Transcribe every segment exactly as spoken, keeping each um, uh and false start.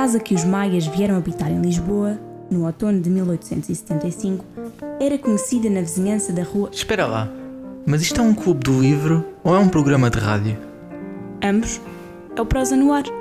casa que os maias vieram habitar em Lisboa, no outono de mil oitocentos e setenta e cinco, era conhecida na vizinhança da rua... Espera lá, mas isto é um clube do livro ou é um programa de rádio? Ambos. É o Prosa no Ar.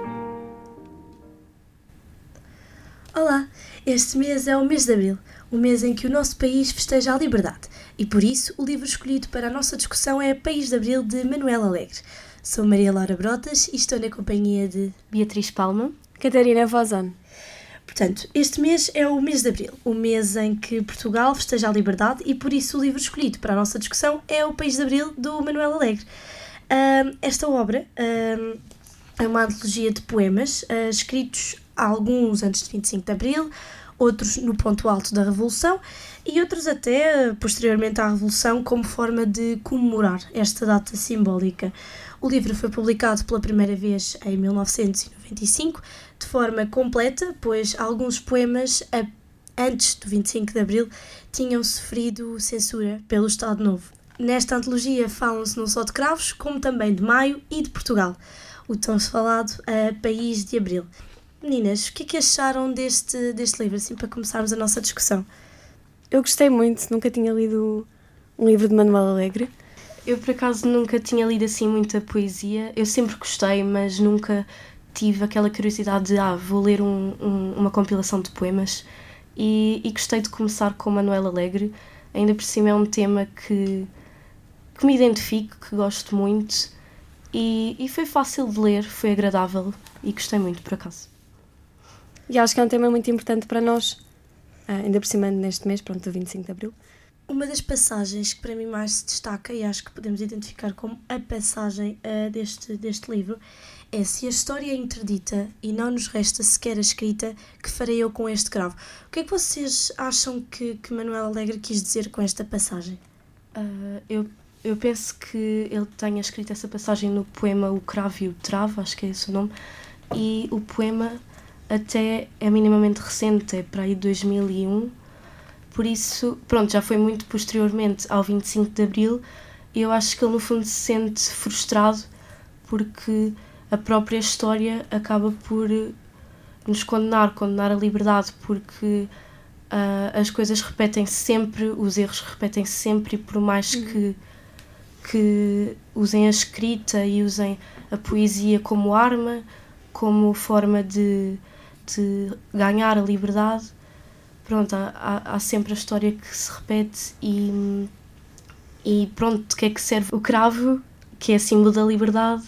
Olá, este mês é o mês de Abril, o mês em que o nosso país festeja a liberdade, e por isso o livro escolhido para a nossa discussão é País de Abril, de Manuel Alegre. Sou Maria Laura Brotas e estou na companhia de Beatriz Palma, Catarina Vozano. Portanto, este mês é o mês de Abril, o mês em que Portugal festeja a liberdade, e por isso o livro escolhido para a nossa discussão é o País de Abril, do Manuel Alegre. Uh, esta obra uh, é uma antologia de poemas uh, escritos alguns antes de vinte e cinco de Abril, outros no ponto alto da Revolução e outros até posteriormente à Revolução, como forma de comemorar esta data simbólica. O livro foi publicado pela primeira vez em mil novecentos e noventa e cinco, de forma completa, pois alguns poemas antes do vinte e cinco de Abril tinham sofrido censura pelo Estado Novo. Nesta antologia falam-se não só de cravos, como também de Maio e de Portugal, o tão falado uh, País de Abril. Meninas, o que é que acharam deste, deste livro, assim, para começarmos a nossa discussão? Eu gostei muito, nunca tinha lido um livro de Manuel Alegre. Eu, por acaso, nunca tinha lido assim muita poesia. Eu sempre gostei, mas nunca tive aquela curiosidade de, ah, vou ler um, um, uma compilação de poemas. E, e gostei de começar com Manuel Alegre. Ainda por cima é um tema que, que me identifico, que gosto muito. E, e foi fácil de ler, foi agradável e gostei muito, por acaso. E acho que é um tema muito importante para nós, ainda por cima neste mês, pronto, do vinte e cinco de Abril. Uma das passagens que para mim mais se destaca, e acho que podemos identificar como a passagem uh, deste, deste livro, é: se a história é interdita e não nos resta sequer a escrita, que farei eu com este cravo? O que é que vocês acham que, que Manuel Alegre quis dizer com esta passagem? Uh, eu, eu penso que ele tenha escrito essa passagem no poema O Cravo e o Travo, acho que é esse o nome, e o poema até é minimamente recente, é para aí de dois mil e um, por isso, pronto, já foi muito posteriormente ao vinte e cinco de Abril, e eu acho que ele no fundo se sente frustrado porque a própria história acaba por nos condenar, condenar a liberdade, porque uh, as coisas repetem-se sempre, os erros repetem-se sempre, e por mais uhum. que, que usem a escrita e usem a poesia como arma, como forma de de ganhar a liberdade, pronto, há, há, há sempre a história que se repete e, e pronto, de que é que serve o cravo, que é símbolo da liberdade,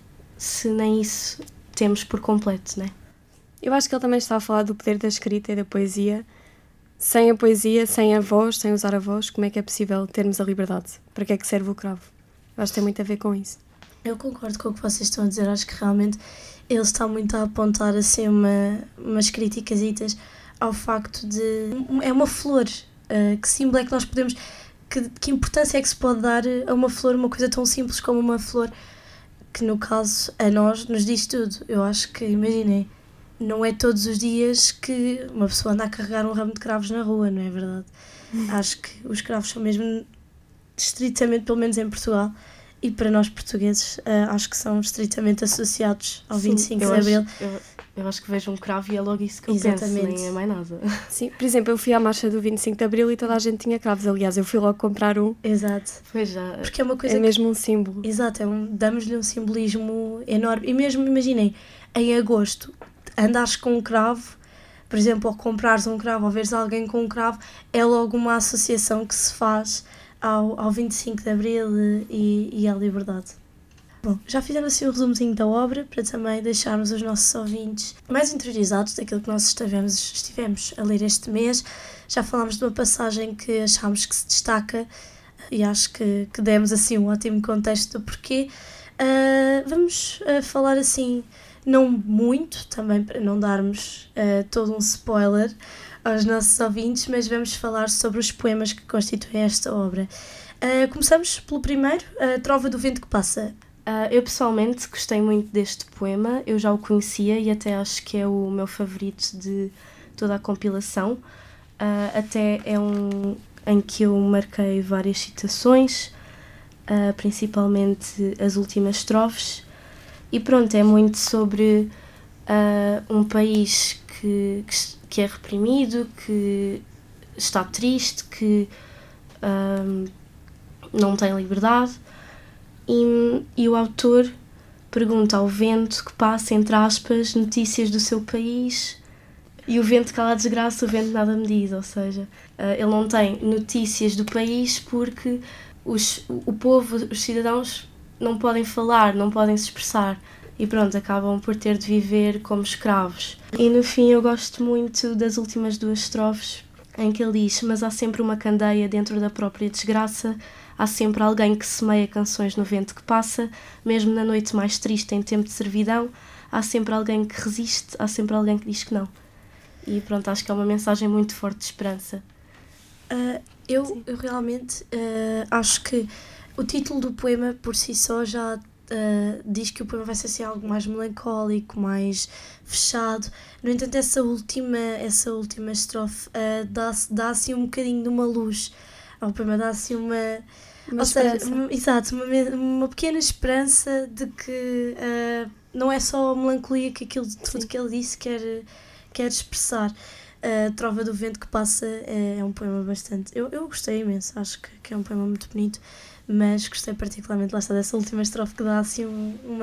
se nem isso temos por completo, não é? Eu acho que ele também está a falar do poder da escrita e da poesia. Sem a poesia, sem a voz, sem usar a voz, como é que é possível termos a liberdade? Para que é que serve o cravo? Eu acho que tem muito a ver com isso. Eu concordo com o que vocês estão a dizer, acho que realmente ele está muito a apontar assim uma, umas críticasitas ao facto de... É uma flor, uh, que símbolo é que nós podemos... Que, que importância é que se pode dar a uma flor, uma coisa tão simples como uma flor, que no caso a nós nos diz tudo. Eu acho que, imaginem, não é todos os dias que uma pessoa anda a carregar um ramo de cravos na rua, não é verdade? Acho que os cravos são mesmo, estritamente, pelo menos em Portugal, e para nós portugueses, uh, acho que são estritamente associados ao Sim, vinte e cinco de Abril. Acho, eu, eu acho que vejo um cravo e é logo isso que eu Exatamente. penso, nem é mais nada. Sim, por exemplo, eu fui à marcha do vinte e cinco de Abril e toda a gente tinha cravos. Aliás, eu fui logo comprar um. Exato. Pois já. Porque é uma coisa É que... mesmo um símbolo. Exato, é um, damos-lhe um simbolismo enorme. E mesmo, imaginem, em agosto, andares com um cravo, por exemplo, ou comprares um cravo ou veres alguém com um cravo, é logo uma associação que se faz ao, ao vinte e cinco de Abril e, e à liberdade. Bom, já fizemos assim um resumozinho da obra, para também deixarmos os nossos ouvintes mais interiorizados daquilo que nós estivemos, estivemos a ler este mês. Já falámos de uma passagem que achámos que se destaca e acho que, que demos assim um ótimo contexto do porquê. Uh, vamos uh, falar assim, não muito, também para não darmos uh, todo um spoiler aos nossos ouvintes, mas vamos falar sobre os poemas que constituem esta obra. Uh, começamos pelo primeiro, a Trova do Vento que Passa. Uh, eu pessoalmente gostei muito deste poema, eu já o conhecia e até acho que é o meu favorito de toda a compilação. Uh, até é um em que eu marquei várias citações, uh, principalmente as últimas estrofes, e pronto, é muito sobre uh, um país que, que é reprimido, que está triste, que uh, não tem liberdade, e, e o autor pergunta ao vento que passa, entre aspas, notícias do seu país, e o vento cala a desgraça, o vento nada me diz, ou seja, uh, ele não tem notícias do país porque os, o povo, os cidadãos não podem falar, não podem se expressar, e pronto, acabam por ter de viver como escravos. E no fim eu gosto muito das últimas duas estrofes, em que ele diz: mas há sempre uma candeia dentro da própria desgraça, há sempre alguém que semeia canções no vento que passa, mesmo na noite mais triste em tempo de servidão, há sempre alguém que resiste, há sempre alguém que diz que não. E pronto, acho que é uma mensagem muito forte de esperança. Uh, eu, eu realmente uh, acho que o título do poema por si só já uh, diz que o poema vai ser assim, algo mais melancólico, mais fechado. No entanto, essa última, essa última estrofe uh, dá, dá assim um bocadinho de uma luz ao poema, dá assim uma... Uma ou seja, esperança. uma, exato, uma, uma pequena esperança de que uh, não é só a melancolia que aquilo, tudo Sim. que ele disse quer, quer expressar. A Trova do Vento que Passa é, é um poema bastante... Eu, eu gostei imenso, acho que, que é um poema muito bonito, mas gostei particularmente, lá está, dessa última estrofe que dá assim um, uma,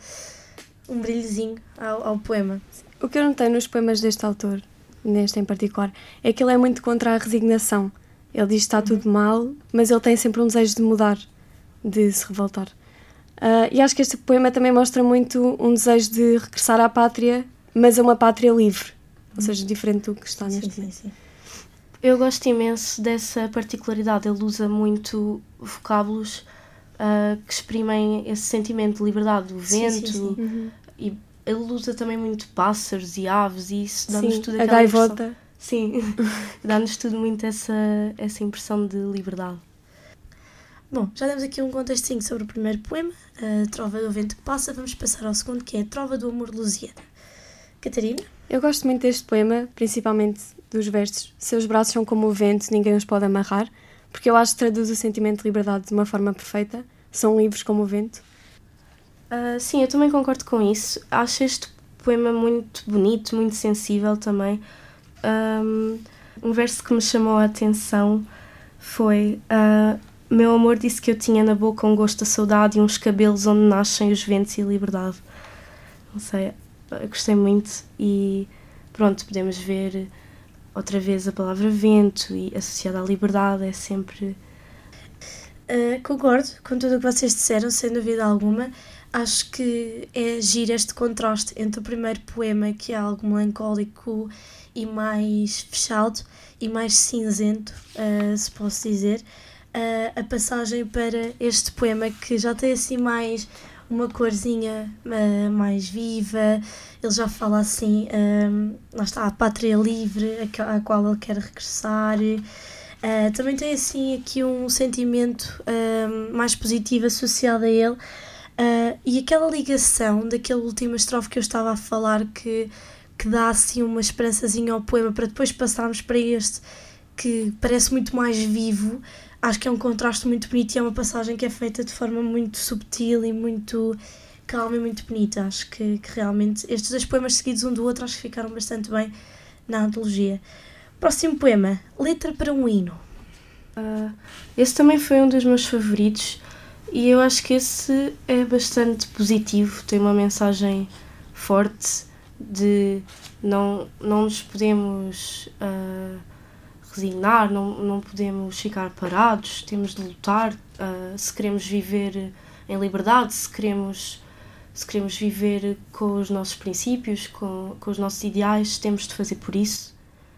um brilhozinho ao, ao poema. O que eu notei nos poemas deste autor, neste em particular, é que ele é muito contra a resignação. Ele diz que está tudo mal, mas ele tem sempre um desejo de mudar, de se revoltar. Uh, e acho que este poema também mostra muito um desejo de regressar à pátria, mas a uma pátria livre. Ou seja, diferente do que está neste Sim, momento. sim, sim. Eu gosto imenso dessa particularidade. Ele usa muito vocábulos uh, que exprimem esse sentimento de liberdade, o Sim, vento, sim, sim. Uhum. e ele usa também muito pássaros e aves, e isso dá-nos Sim, tudo a aquela impressão. gaivota. Sim, dá-nos tudo muito essa, essa impressão de liberdade. Bom, já demos aqui um contextinho sobre o primeiro poema, a Trova do Vento que Passa. Vamos passar ao segundo, que é a Trova do Amor Lusiana. Catarina? Eu gosto muito deste poema, principalmente dos versos. Seus braços são como o vento, ninguém os pode amarrar, porque eu acho que traduz o sentimento de liberdade de uma forma perfeita. São livres como o vento. Uh, sim, eu também concordo com isso. Acho este poema muito bonito, muito sensível também. Um, um verso que me chamou a atenção foi: uh, meu amor disse que eu tinha na boca um gosto da saudade e uns cabelos onde nascem os ventos e a liberdade. Não sei, eu gostei muito, e pronto, podemos ver outra vez a palavra vento e associada à liberdade, é sempre... Uh, concordo com tudo o que vocês disseram, sem dúvida alguma. Acho que é giro este contraste entre o primeiro poema, que é algo melancólico e mais fechado e mais cinzento, uh, se posso dizer, uh, a passagem para este poema que já tem assim mais uma corzinha uh, mais viva. Ele já fala assim, um, lá está, a pátria livre à qual ele quer regressar. Uh, também tem assim aqui um sentimento um, mais positivo associado a ele, uh, e aquela ligação daquela última estrofe que eu estava a falar, que, que dá assim uma esperançazinha ao poema, para depois passarmos para este que parece muito mais vivo. Acho que é um contraste muito bonito e é uma passagem que é feita de forma muito subtil e muito calma e muito bonita. Acho que, que realmente estes dois poemas seguidos um do outro acho que ficaram bastante bem na antologia. Próximo poema, Letra para um Hino. Uh, esse também foi um dos meus favoritos, e eu acho que esse é bastante positivo, tem uma mensagem forte de não, não nos podemos uh, resignar, não, não podemos ficar parados, temos de lutar, uh, se queremos viver em liberdade, se queremos, se queremos viver com os nossos princípios, com, com os nossos ideais, temos de fazer por isso.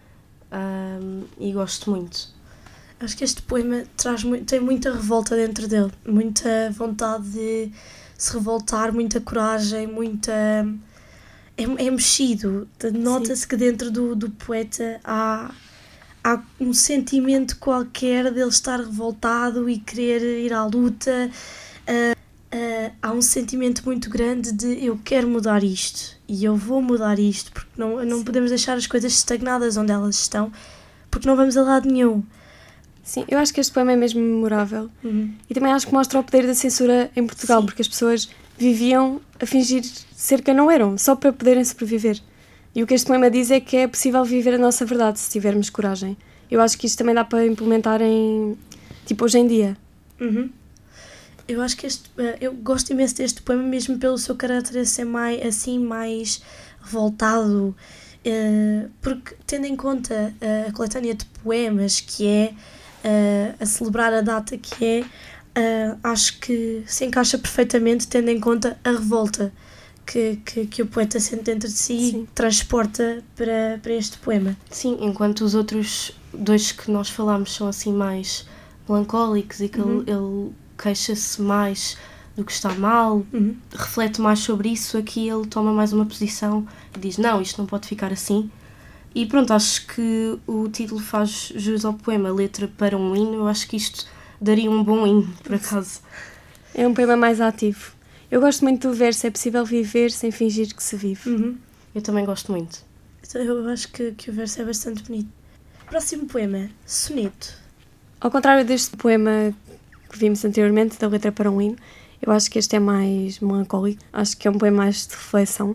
Um, e gosto muito. Acho que este poema traz, tem muita revolta dentro dele, muita vontade de se revoltar, muita coragem, muita... É, é mexido, nota-se que dentro do, do poeta há, há um sentimento qualquer dele estar revoltado e querer ir à luta. Uh, uh, há um sentimento muito grande de eu quero mudar isto e eu vou mudar isto, porque não, não podemos deixar as coisas estagnadas onde elas estão, porque não vamos a lado nenhum. Sim, eu acho que este poema é mesmo memorável. Uhum. E também acho que mostra o poder da censura em Portugal, Sim. porque as pessoas viviam a fingir ser quem não eram, só para poderem sobreviver. E o que este poema diz é que é possível viver a nossa verdade se tivermos coragem. Eu acho que isto também dá para implementar em, tipo, hoje em dia. Uhum. Eu acho que este, eu gosto imenso deste poema mesmo pelo seu caráter a ser mais, assim, mais revoltado, porque tendo em conta a coletânea de poemas que é, a celebrar a data que é, acho que se encaixa perfeitamente tendo em conta a revolta que, que, que o poeta sente dentro de si Sim. e transporta para, para este poema. Sim, enquanto os outros dois que nós falámos são assim mais melancólicos e que uhum. ele, ele queixa-se mais do que está mal, uhum. reflete mais sobre isso, aqui ele toma mais uma posição e diz, não, isto não pode ficar assim. E pronto, acho que o título faz jus ao poema, Letra para um Hino. Eu acho que isto daria um bom hino, por acaso. É um poema mais ativo. Eu gosto muito do verso, é possível viver sem fingir que se vive. Uhum. Eu também gosto muito. Eu acho que, que o verso é bastante bonito. Próximo poema, Soneto. Ao contrário deste poema que vimos anteriormente, da Letra para um Hino, eu acho que este é mais melancólico. Acho que é um poema mais de reflexão.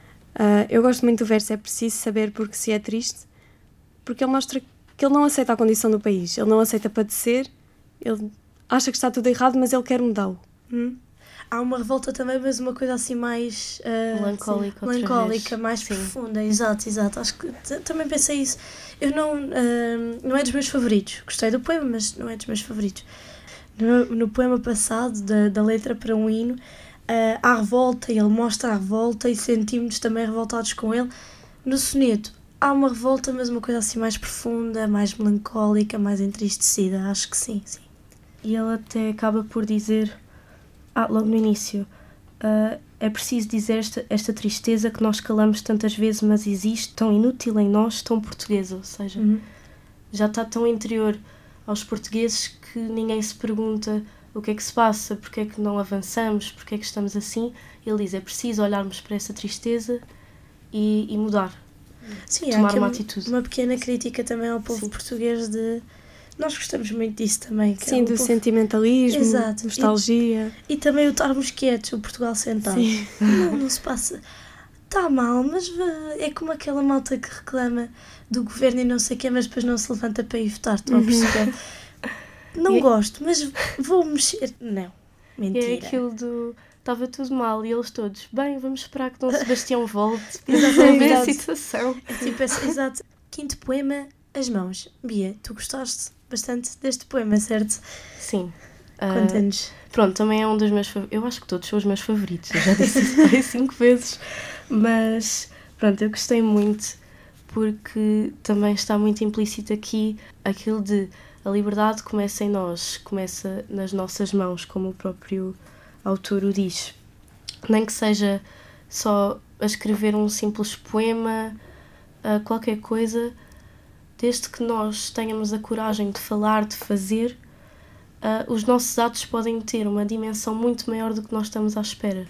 Uh, eu gosto muito do verso, é preciso saber porque se é triste, porque ele mostra que ele não aceita a condição do país, ele não aceita padecer, ele acha que está tudo errado, mas ele quer mudá-lo. Hum. Há uma revolta também, mas uma coisa assim mais uh, melancólica, sim, melancólica mais sim. profunda, exato, exato. Acho que t- também pensei isso. Eu não, uh, não é dos meus favoritos, gostei do poema, mas não é dos meus favoritos. No, no poema passado, da, da Letra para um Hino, Uh, há revolta, ele mostra a revolta e sentimos-nos também revoltados com ele. No soneto há uma revolta, mas uma coisa assim mais profunda, mais melancólica, mais entristecida, acho que sim, sim. E ele até acaba por dizer, ah, logo no início, uh, é preciso dizer esta, esta tristeza que nós calamos tantas vezes, mas existe, tão inútil em nós, tão portuguesa, ou seja, uhum. já está tão interior aos portugueses que ninguém se pergunta o que é que se passa, porque é que não avançamos, porque é que estamos assim. Ele diz, é preciso olharmos para essa tristeza e, e mudar, Sim, tomar há uma uma atitude. Uma pequena crítica também ao povo Sim. português de... Nós gostamos muito disso também. Que Sim, é do povo... sentimentalismo, Exato. nostalgia. E, e também o estarmos quietos, o Portugal sentado. Sim. Não, não se passa... Está mal, mas é como aquela malta que reclama do governo e não sei o quê, mas depois não se levanta para ir votar, estão a perceber? Não e gosto, mas vou mexer. Não, mentira. É aquilo do... Estava tudo mal e eles todos, bem, vamos esperar que Dom Sebastião volte para Exatamente. resolver a situação. É tipo esse, exato. Quinto poema, As Mãos. Bia, tu gostaste bastante deste poema, certo? Sim. Conta-nos. Uh, pronto, também é um dos meus favoritos. Eu acho que todos são os meus favoritos. Eu já disse isso cinco vezes. Mas, pronto, eu gostei muito porque também está muito implícito aqui aquilo de a liberdade começa em nós, começa nas nossas mãos, como o próprio autor o diz. Nem que seja só a escrever um simples poema, uh, qualquer coisa, desde que nós tenhamos a coragem de falar, de fazer, uh, os nossos atos podem ter uma dimensão muito maior do que nós estamos à espera.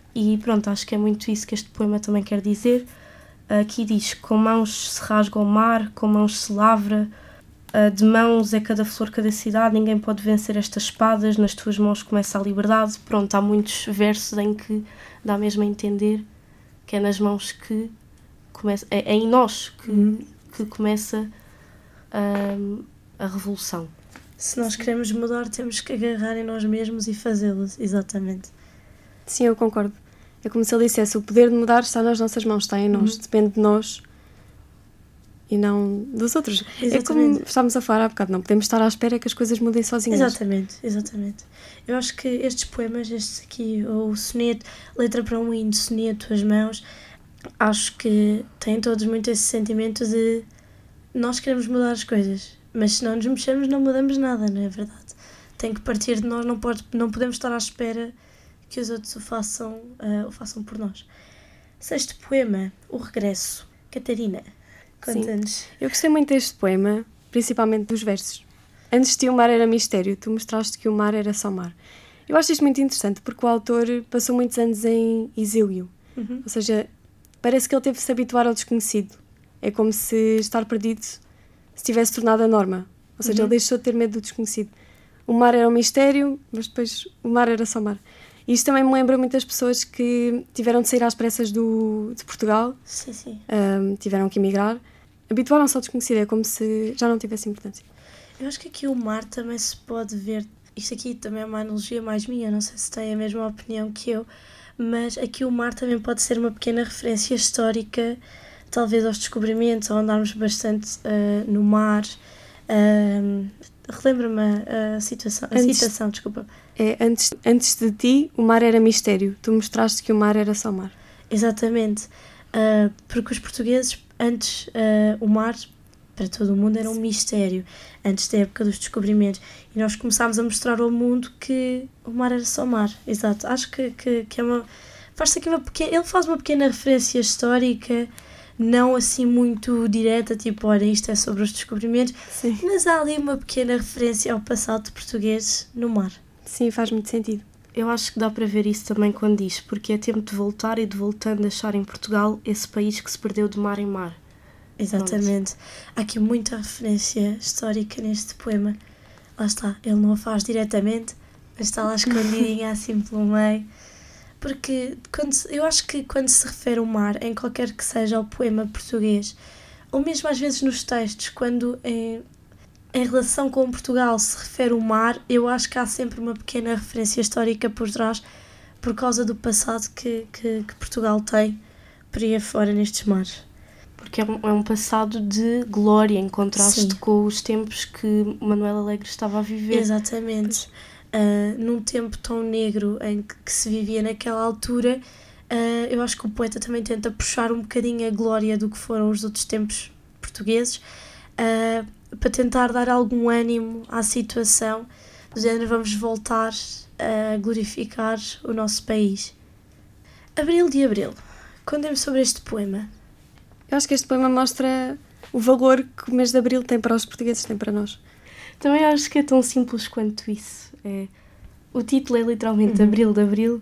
E pronto, acho que é muito isso que este poema também quer dizer. Aqui diz, com mãos se rasga o mar, com mãos se lavra, de mãos é cada flor, cada cidade, ninguém pode vencer estas espadas, nas tuas mãos começa a liberdade. Pronto, há muitos versos em que dá mesmo a entender que é nas mãos que começa, é, é em nós que, uhum. que começa um, a revolução. Se nós queremos mudar, temos que agarrar em nós mesmos e fazê-lo, exatamente. Sim, eu concordo. É como se ele dissesse, o poder de mudar está nas nossas mãos, está em nós, uhum. depende de nós e não dos outros. Exatamente. É como estávamos a falar há bocado, não podemos estar à espera que as coisas mudem sozinhas. Exatamente, exatamente. Eu acho que estes poemas, estes aqui, o soneto, Letra para um Hino, soneto, As Mãos, acho que têm todos muito esse sentimento de nós queremos mudar as coisas, mas se não nos mexermos não mudamos nada, não é verdade? Tem que partir de nós, não, pode, não podemos estar à espera que os outros o façam, uh, o façam por nós. Sexto poema, O Regresso. Catarina, conta-nos. Sim. Eu gostei muito deste poema, principalmente dos versos. Antes de ti o mar era mistério, tu mostraste que o mar era só mar. Eu acho isto muito interessante porque o autor passou muitos anos em exílio. Uhum. Ou seja, parece que ele teve de se habituar ao desconhecido. É como se estar perdido se tivesse tornado a norma. Ou seja, uhum. ele deixou de ter medo do desconhecido. O mar era um mistério, mas depois o mar era só mar. E isto também me lembra muitas pessoas que tiveram de sair às pressas do, de Portugal, Sim, sim. um, tiveram que emigrar, habituaram-se ao desconhecido, é como se já não tivesse importância. Eu acho que aqui o mar também se pode ver, isto aqui também é uma analogia mais minha, não sei se tem a mesma opinião que eu, mas aqui o mar também pode ser uma pequena referência histórica, talvez aos descobrimentos, ao andarmos bastante uh, no mar. Uh, relembra-me a, a situação, a Antes- citação, desculpa. É, antes, antes de ti, o mar era mistério, tu mostraste que o mar era só mar. Exatamente, uh, porque os portugueses, antes uh, o mar, para todo o mundo, era um mistério, antes da época dos descobrimentos, e nós começámos a mostrar ao mundo que o mar era só mar, exato, acho que, que, que é uma, faz aqui uma pequena, ele faz uma pequena referência histórica, não assim muito direta, tipo, olha, isto é sobre os descobrimentos, Sim, mas há ali uma pequena referência ao passado português no mar. sim, faz muito sentido. Eu acho que dá para ver isso também quando diz, porque é tempo de voltar e de voltando a achar em Portugal esse país que se perdeu de mar em mar. Exatamente. Há aqui muita referência histórica neste poema. Lá está, ele não a faz diretamente, mas está lá escondidinha assim pelo meio. Porque quando se- eu acho que quando se refere ao mar, em qualquer que seja o poema português, ou mesmo às vezes nos textos, quando em, em relação com Portugal se refere ao mar, eu acho que há sempre uma pequena referência histórica por trás, por causa do passado que, que, que Portugal tem por aí afora nestes mares. Porque é um, é um passado de glória em contraste Sim. com os tempos que Manuel Alegre estava a viver. Exatamente. Uh, num tempo tão negro em que, que se vivia naquela altura, uh, eu acho que o poeta também tenta puxar um bocadinho a glória do que foram os outros tempos portugueses, uh, para tentar dar algum ânimo à situação, do género vamos voltar a glorificar o nosso país. Abril de Abril. Contem-me sobre este poema. Eu acho que este poema mostra o valor que o mês de Abril tem para os portugueses, tem para nós. Também acho que é tão simples quanto isso. É, o título é literalmente Uhum. Abril de Abril,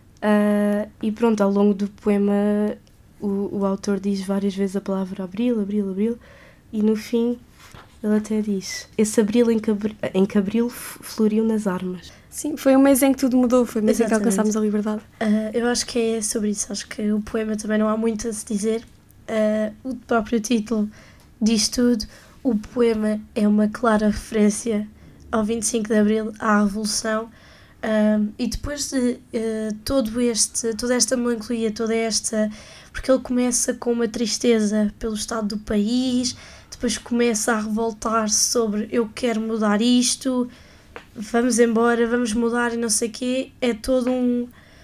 ah, e pronto, ao longo do poema o, o autor diz várias vezes a palavra Abril, Abril, Abril, e no fim ele até diz esse Abril em que, abri- em que Abril f- floriu nas armas. Sim, foi um mês em que tudo mudou, foi um mês em que Exatamente. alcançámos a liberdade. Uh, eu acho que é sobre isso, acho que o poema também não há muito a se dizer. Uh, o próprio título diz tudo. O poema é uma clara referência ao vinte e cinco de Abril, à Revolução, um, e depois de uh, todo este, toda esta melancolia, toda esta... porque ele começa com uma tristeza pelo estado do país, depois começa a revoltar-se sobre eu quero mudar isto, vamos embora, vamos mudar e não sei o quê, é todo um...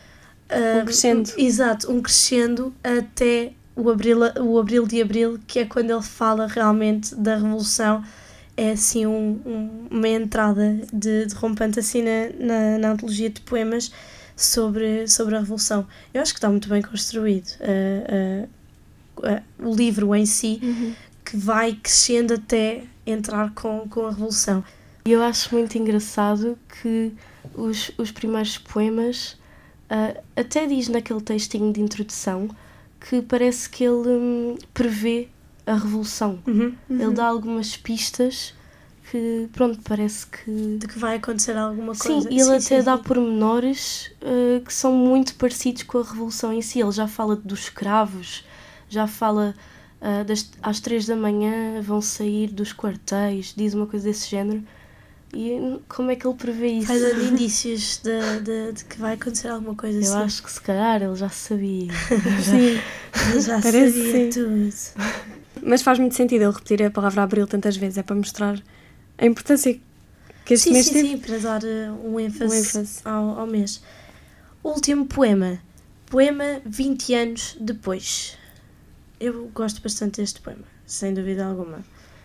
uh, Um crescendo. um- exato, um crescendo até o abril, o abril de Abril, que é quando ele fala realmente da Revolução. É assim um, um- uma entrada de, de rompante assim na, na, na antologia de poemas sobre, sobre a Revolução. Eu acho que está muito bem construído uh, uh, uh, o livro em si, que vai crescendo até entrar com, com a Revolução. E eu acho muito engraçado que os, os primeiros poemas, ah, até diz naquele textinho de introdução, que parece que ele hum, prevê a Revolução. Uhum. Ele dá algumas pistas que, pronto, parece que... De que vai acontecer alguma Sim, coisa. e ele Sim, até sim, dá sim. pormenores uh, que são muito parecidos com a Revolução em si. Ele já fala dos escravos, já fala uh, das, às três da manhã vão sair dos quartéis, diz uma coisa desse género. E hum, como é que ele prevê isso? Vai dando indícios de, de, de que vai acontecer alguma coisa Eu assim. acho que se calhar ele já sabia. Sim, Ele já Parece sabia sim. tudo. mas faz muito sentido ele repetir a palavra Abril tantas vezes, é para mostrar a importância que este Sim, mês sim, teve. sim, para dar uh, um ênfase, Um ênfase. Ao, ao mês. Último poema. Poema vinte anos depois. Eu gosto bastante deste poema, sem dúvida alguma.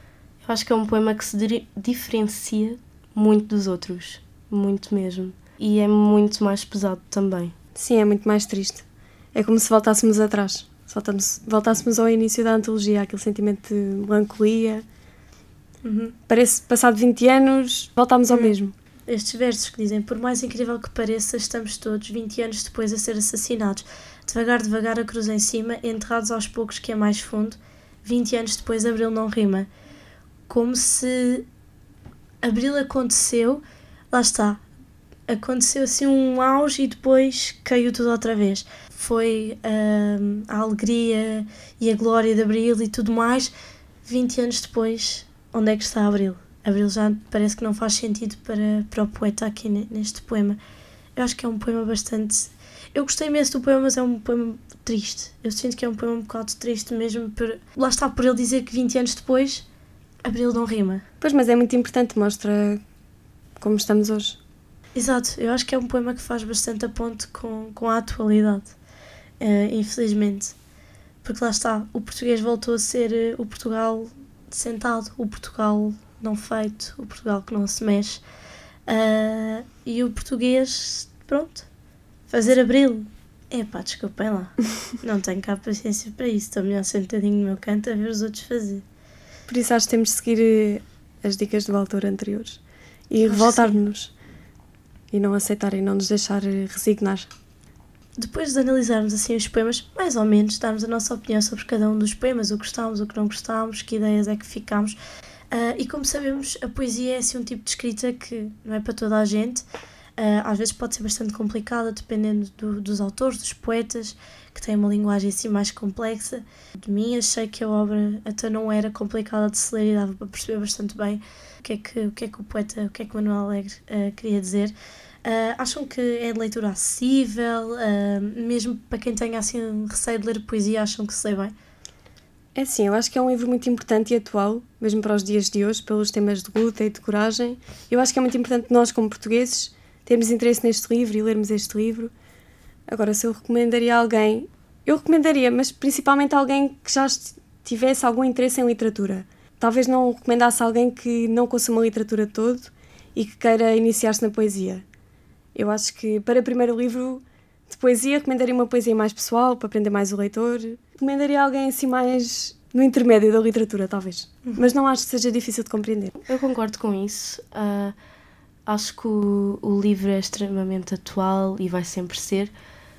Eu acho que é um poema que se diri- diferencia muito dos outros, muito mesmo. E é muito mais pesado também. Sim, é muito mais triste. É como se voltássemos atrás. Se voltamos- voltássemos ao início da antologia, aquele sentimento de melancolia. Uhum. Parece que passado vinte anos voltámos ao Hum. mesmo. Estes versos que dizem: por mais incrível que pareça, estamos todos vinte anos depois a ser assassinados. Devagar, devagar a cruz em cima, enterrados aos poucos que é mais fundo. vinte anos depois, Abril não rima. Como se Abril aconteceu, lá está. aconteceu assim um auge e depois caiu tudo outra vez. Foi uh, a alegria e a glória de Abril e tudo mais. vinte anos depois, onde é que está Abril? Abril já parece que não faz sentido para, para o poeta aqui neste poema. Eu acho que é um poema bastante... Eu gostei imenso do poema, mas é um poema triste. Eu sinto que é um poema um bocado triste mesmo. Por... Lá está, por ele dizer que vinte anos depois, Abril não rima. Pois, mas é muito importante, mostra como estamos hoje. Exato, eu acho que é um poema que faz bastante a ponte com, com a atualidade, uh, infelizmente. Porque lá está, o português voltou a ser uh, o Portugal sentado, o Portugal não feito, o Portugal que não se mexe. Uh, e o português, pronto, fazer Abril. Epá, desculpem lá, não tenho cá paciência para isso, estou melhor sentadinho no meu canto a ver os outros fazer. Por isso acho que temos de seguir as dicas do autor anteriores e revoltar-nos e não aceitar e não nos deixar resignar. Depois de analisarmos assim os poemas, mais ou menos, darmos a nossa opinião sobre cada um dos poemas, o que gostámos, o que não gostámos, que ideias é que ficámos. Uh, e como sabemos, a poesia é assim um tipo de escrita que não é para toda a gente. Uh, às vezes pode ser bastante complicada, dependendo do, dos autores, dos poetas, que têm uma linguagem assim mais complexa. De mim, achei que a obra até não era complicada de se ler e dava para perceber bastante bem o que é que o, que é que o poeta, o que é que o Manuel Alegre uh, queria dizer. Uh, acham que é de leitura acessível? Uh, mesmo para quem tenha assim receio de ler poesia, acham que se lê bem? É sim, eu acho que é um livro muito importante e atual, mesmo para os dias de hoje, pelos temas de luta e de coragem. Eu acho que é muito importante nós, como portugueses, termos interesse neste livro e lermos este livro. Agora, se eu recomendaria a alguém, eu recomendaria, mas principalmente a alguém que já tivesse algum interesse em literatura. Talvez não recomendasse a alguém que não consuma literatura todo e que queira iniciar-se na poesia. Eu acho que para o primeiro livro de poesia, recomendaria uma poesia mais pessoal, para aprender mais o leitor. Recomendaria alguém assim mais no intermédio da literatura, talvez. Uhum. Mas não acho que seja difícil de compreender. Eu concordo com isso. Uh, acho que o, o livro é extremamente atual e vai sempre ser.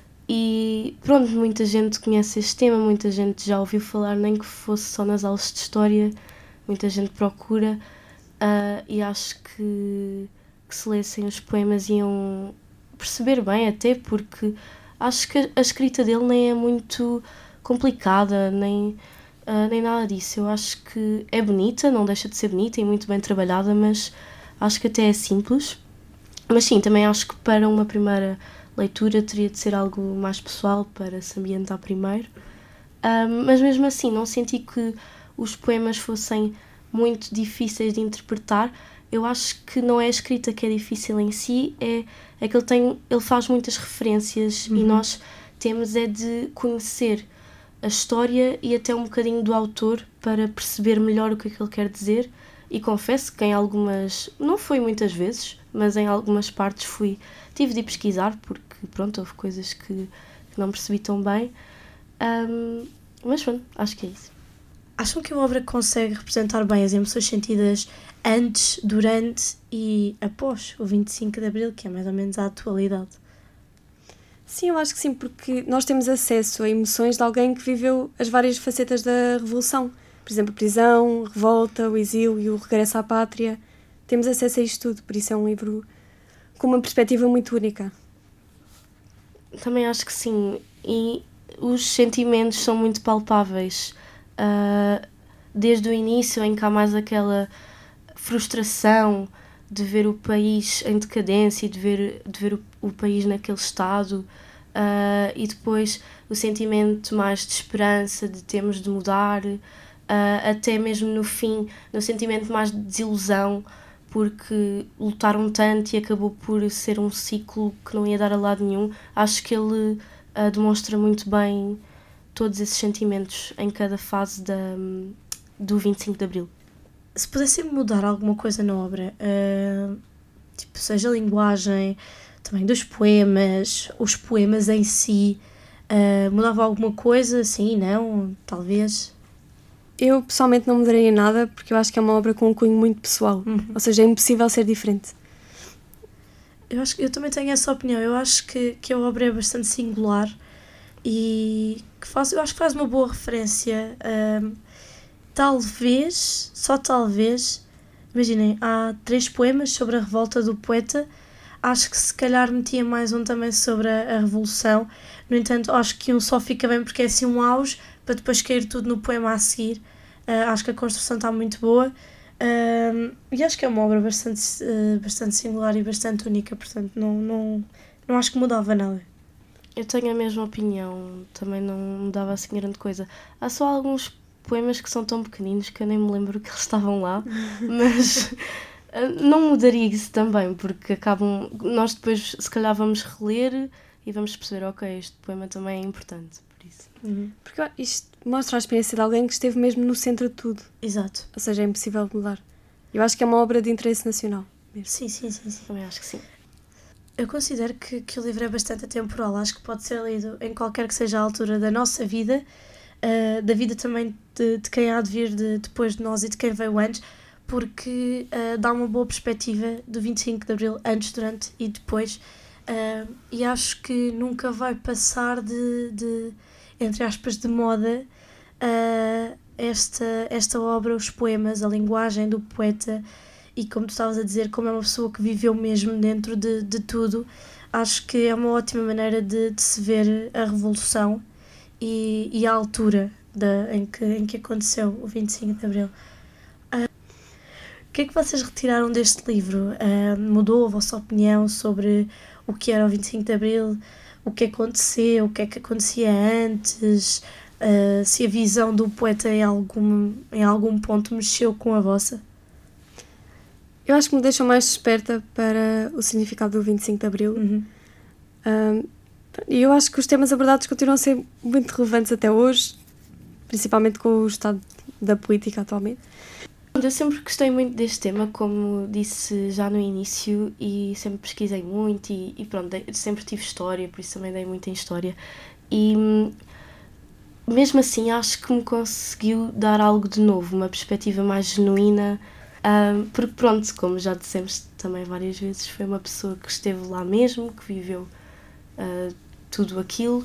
E pronto, muita gente conhece este tema, muita gente já ouviu falar, nem que fosse só nas aulas de história. Muita gente procura. Uh, e acho que, que se lessem os poemas iam perceber bem, até porque acho que a escrita dele nem é muito complicada, nem, uh, nem nada disso. Eu acho que é bonita, não deixa de ser bonita e muito bem trabalhada, mas acho que até é simples. Mas sim, também acho que para uma primeira leitura teria de ser algo mais pessoal para se ambientar primeiro. Uh, mas mesmo assim, não senti que os poemas fossem muito difíceis de interpretar. Eu acho que não é a escrita que é difícil em si, é, é que ele, tem, ele faz muitas referências. Uhum. E nós temos é de conhecer a história e até um bocadinho do autor para perceber melhor o que é que ele quer dizer. E confesso que em algumas, não foi muitas vezes, mas em algumas partes fui, tive de pesquisar, porque pronto, houve coisas que, que não percebi tão bem. Um, mas pronto, acho que é isso. Acham que a obra consegue representar bem as emoções sentidas antes, durante e após o vinte e cinco de Abril, que é mais ou menos a atualidade? Sim, eu acho que sim, porque nós temos acesso a emoções de alguém que viveu as várias facetas da Revolução. Por exemplo, a prisão, a revolta, o exílio, o regresso à pátria. Temos acesso a isto tudo, por isso é um livro com uma perspectiva muito única. Também acho que sim, e os sentimentos são muito palpáveis. Uh, desde o início, em que há mais aquela frustração de ver o país em decadência e de ver, de ver o, o país naquele estado, uh, e depois o sentimento mais de esperança, de termos de mudar, uh, até mesmo no fim, no sentimento mais de desilusão, porque lutaram tanto e acabou por ser um ciclo que não ia dar a lado nenhum. Acho que ele uh, demonstra muito bem todos esses sentimentos em cada fase da, do vinte e cinco de Abril. Se pudessem mudar alguma coisa na obra, uh, tipo, seja a linguagem, também dos poemas, os poemas em si, uh, mudava alguma coisa? Sim, não? Talvez? Eu pessoalmente não mudaria nada, porque eu acho que é uma obra com um cunho muito pessoal. Uhum. Ou seja, é impossível ser diferente. Eu, acho, eu também tenho essa opinião. Eu acho que, que a obra é bastante singular e que faz, eu acho que faz uma boa referência. Um, talvez, só talvez, imaginem, há três poemas sobre a revolta do poeta, acho que se calhar metia mais um também sobre a, a Revolução. No entanto, acho que um só fica bem porque é assim um auge, para depois cair tudo no poema a seguir. Uh, acho que a construção está muito boa. Uh, e acho que é uma obra bastante, uh, bastante singular e bastante única, portanto não, não, não acho que mudava nada. Eu tenho a mesma opinião, também não mudava assim grande coisa. Há só alguns poemas que são tão pequeninos que eu nem me lembro que eles estavam lá, mas não mudaria isso também, porque acabam, nós depois se calhar vamos reler e vamos perceber, ok, este poema também é importante, por isso. Uhum. Porque isto mostra a experiência de alguém que esteve mesmo no centro de tudo. Exato. Ou seja, é impossível de mudar. Eu acho que é uma obra de interesse nacional mesmo. Sim, sim, sim, sim. Também acho que sim. Eu considero que, que o livro é bastante atemporal. Acho que pode ser lido em qualquer que seja a altura da nossa vida, uh, da vida também de, de quem há de vir de, depois de nós e de quem veio antes, porque uh, dá uma boa perspectiva do vinte e cinco de Abril, antes, durante e depois. Uh, e acho que nunca vai passar de, de entre aspas, de moda uh, esta, esta obra, os poemas, a linguagem do poeta. E como tu estavas a dizer, como é uma pessoa que viveu mesmo dentro de, de tudo, acho que é uma ótima maneira de, de se ver a Revolução e, e a altura da, em, que, em que aconteceu o vinte e cinco de Abril. Uh, o que é que vocês retiraram deste livro? Uh, mudou a vossa opinião sobre o que era o vinte e cinco de Abril? O que aconteceu? O que é que acontecia antes? Uh, se a visão do poeta em algum, em algum ponto mexeu com a vossa? Eu acho que me deixam mais desperta para o significado do vinte e cinco de Abril. Uhum. Um, e eu acho que os temas abordados continuam a ser muito relevantes até hoje, principalmente com o estado da política atualmente. Eu sempre gostei muito deste tema, como disse já no início, e sempre pesquisei muito e, e pronto, sempre tive história, por isso também dei muito em história. E mesmo assim acho que me conseguiu dar algo de novo, uma perspectiva mais genuína. Um, porque pronto, como já dissemos também várias vezes, foi uma pessoa que esteve lá mesmo, que viveu uh, tudo aquilo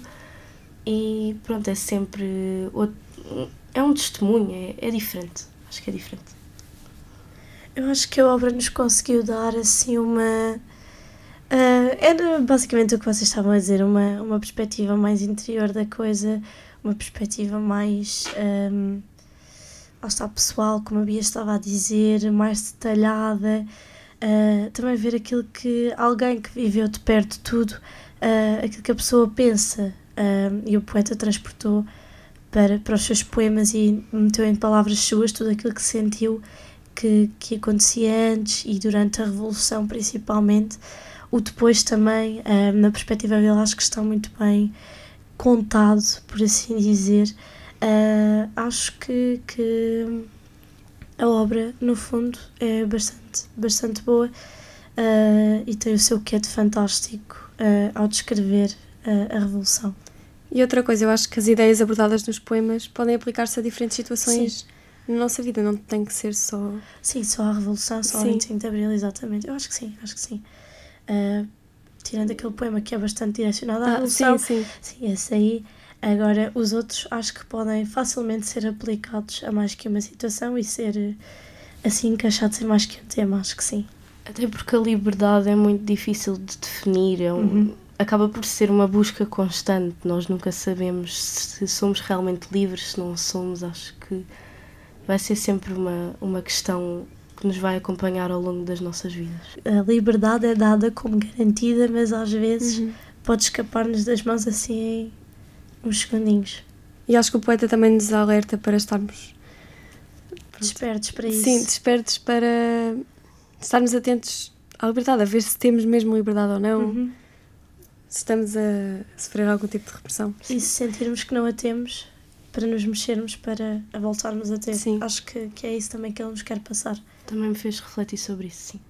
e pronto, é sempre outro, é um testemunho, é, é diferente, acho que é diferente. Eu acho que a obra nos conseguiu dar assim uma... Uh, era basicamente o que vocês estavam a dizer, uma, uma perspectiva mais interior da coisa, uma perspectiva mais... Um, lá está pessoal, como a Bia estava a dizer, mais detalhada, uh, também ver aquilo que alguém que viveu de perto de tudo, uh, aquilo que a pessoa pensa, uh, e o poeta transportou para, para os seus poemas e meteu em palavras suas tudo aquilo que sentiu que, que acontecia antes e durante a Revolução principalmente. O depois também, uh, na perspectiva dele, acho que está muito bem contado, por assim dizer. Uh, acho que, que a obra, no fundo, é bastante, bastante boa uh, e tem o seu quê de fantástico uh, ao descrever uh, a Revolução. E outra coisa, eu acho que as ideias abordadas nos poemas podem aplicar-se a diferentes situações sim. na nossa vida, não tem que ser só... Sim, só a Revolução, só sim. o vinte e cinco de Abril, exatamente. Eu acho que sim, acho que sim. Uh, tirando aquele poema que é bastante direcionado à ah, Revolução. Sim, sim. Sim, esse aí... Agora, os outros acho que podem facilmente ser aplicados a mais que uma situação e ser assim encaixados em mais que um tema, acho que sim. Até porque a liberdade é muito difícil de definir, é um, uhum. acaba por ser uma busca constante, nós nunca sabemos se somos realmente livres, se não somos, acho que vai ser sempre uma, uma questão que nos vai acompanhar ao longo das nossas vidas. A liberdade é dada como garantida, mas às vezes uhum. pode escapar-nos das mãos assim uns segundinhos. E acho que o poeta também nos alerta para estarmos despertos para isso. Sim, despertos para estarmos atentos à liberdade, a ver se temos mesmo liberdade ou não, uhum. se estamos a sofrer algum tipo de repressão. E se sentirmos que não a temos, para nos mexermos, para a voltarmos a ter. Sim. Acho que, que é isso também que ele nos quer passar. Também me fez refletir sobre isso, sim.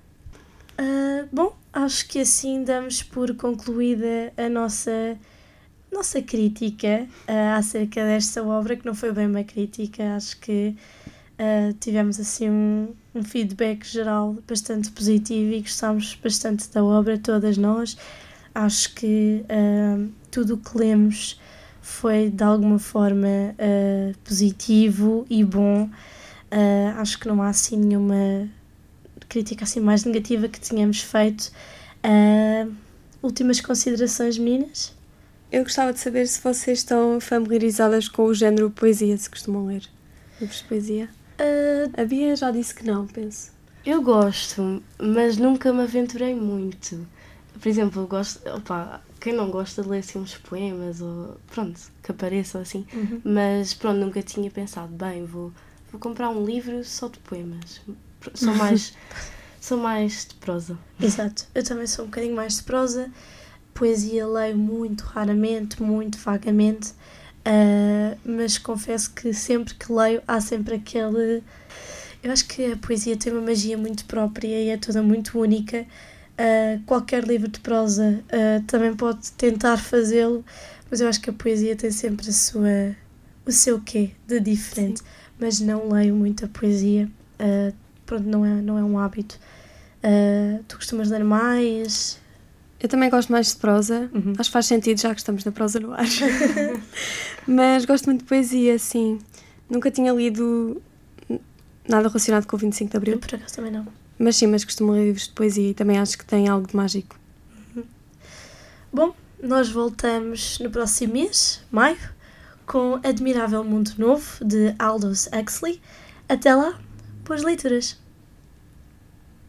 Uh, bom, acho que assim damos por concluída a nossa... nossa crítica uh, acerca desta obra, que não foi bem uma crítica, acho que uh, tivemos assim um, um feedback geral bastante positivo e gostámos bastante da obra, todas nós. Acho que uh, tudo o que lemos foi de alguma forma uh, positivo e bom. Uh, acho que não há assim nenhuma crítica assim mais negativa que tínhamos feito. Uh, últimas considerações, meninas? Eu gostava de saber se vocês estão familiarizadas com o género poesia, se costumam ler livros de poesia. Uh, A Bia já disse que não, penso. Eu gosto, mas nunca me aventurei muito. Por exemplo, eu gosto... Opa, quem não gosta de ler assim uns poemas, ou pronto, que apareçam assim. Uhum. Mas pronto, nunca tinha pensado, bem, vou, vou comprar um livro só de poemas. Sou mais, sou mais de prosa. Exato, eu também sou um bocadinho mais de prosa. Poesia leio muito raramente, muito vagamente, uh, mas confesso que sempre que leio há sempre aquele... Eu acho que a poesia tem uma magia muito própria e é toda muito única. Uh, qualquer livro de prosa uh, também pode tentar fazê-lo, mas eu acho que a poesia tem sempre a sua, o seu quê de diferente. Sim. Mas não leio muita poesia, uh, pronto, não é, não é um hábito. Uh, tu costumas ler mais? Eu também gosto mais de prosa, uhum. Acho que faz sentido já que estamos na prosa no ar. Mas gosto muito de poesia, sim. Nunca tinha lido nada relacionado com o vinte e cinco de Abril. Eu por acaso também não. Mas sim, mas costumo ler livros de poesia e também acho que tem algo de mágico. Uhum. Bom, nós voltamos no próximo mês, maio, com Admirável Mundo Novo, de Aldous Huxley. Até lá, boas leituras!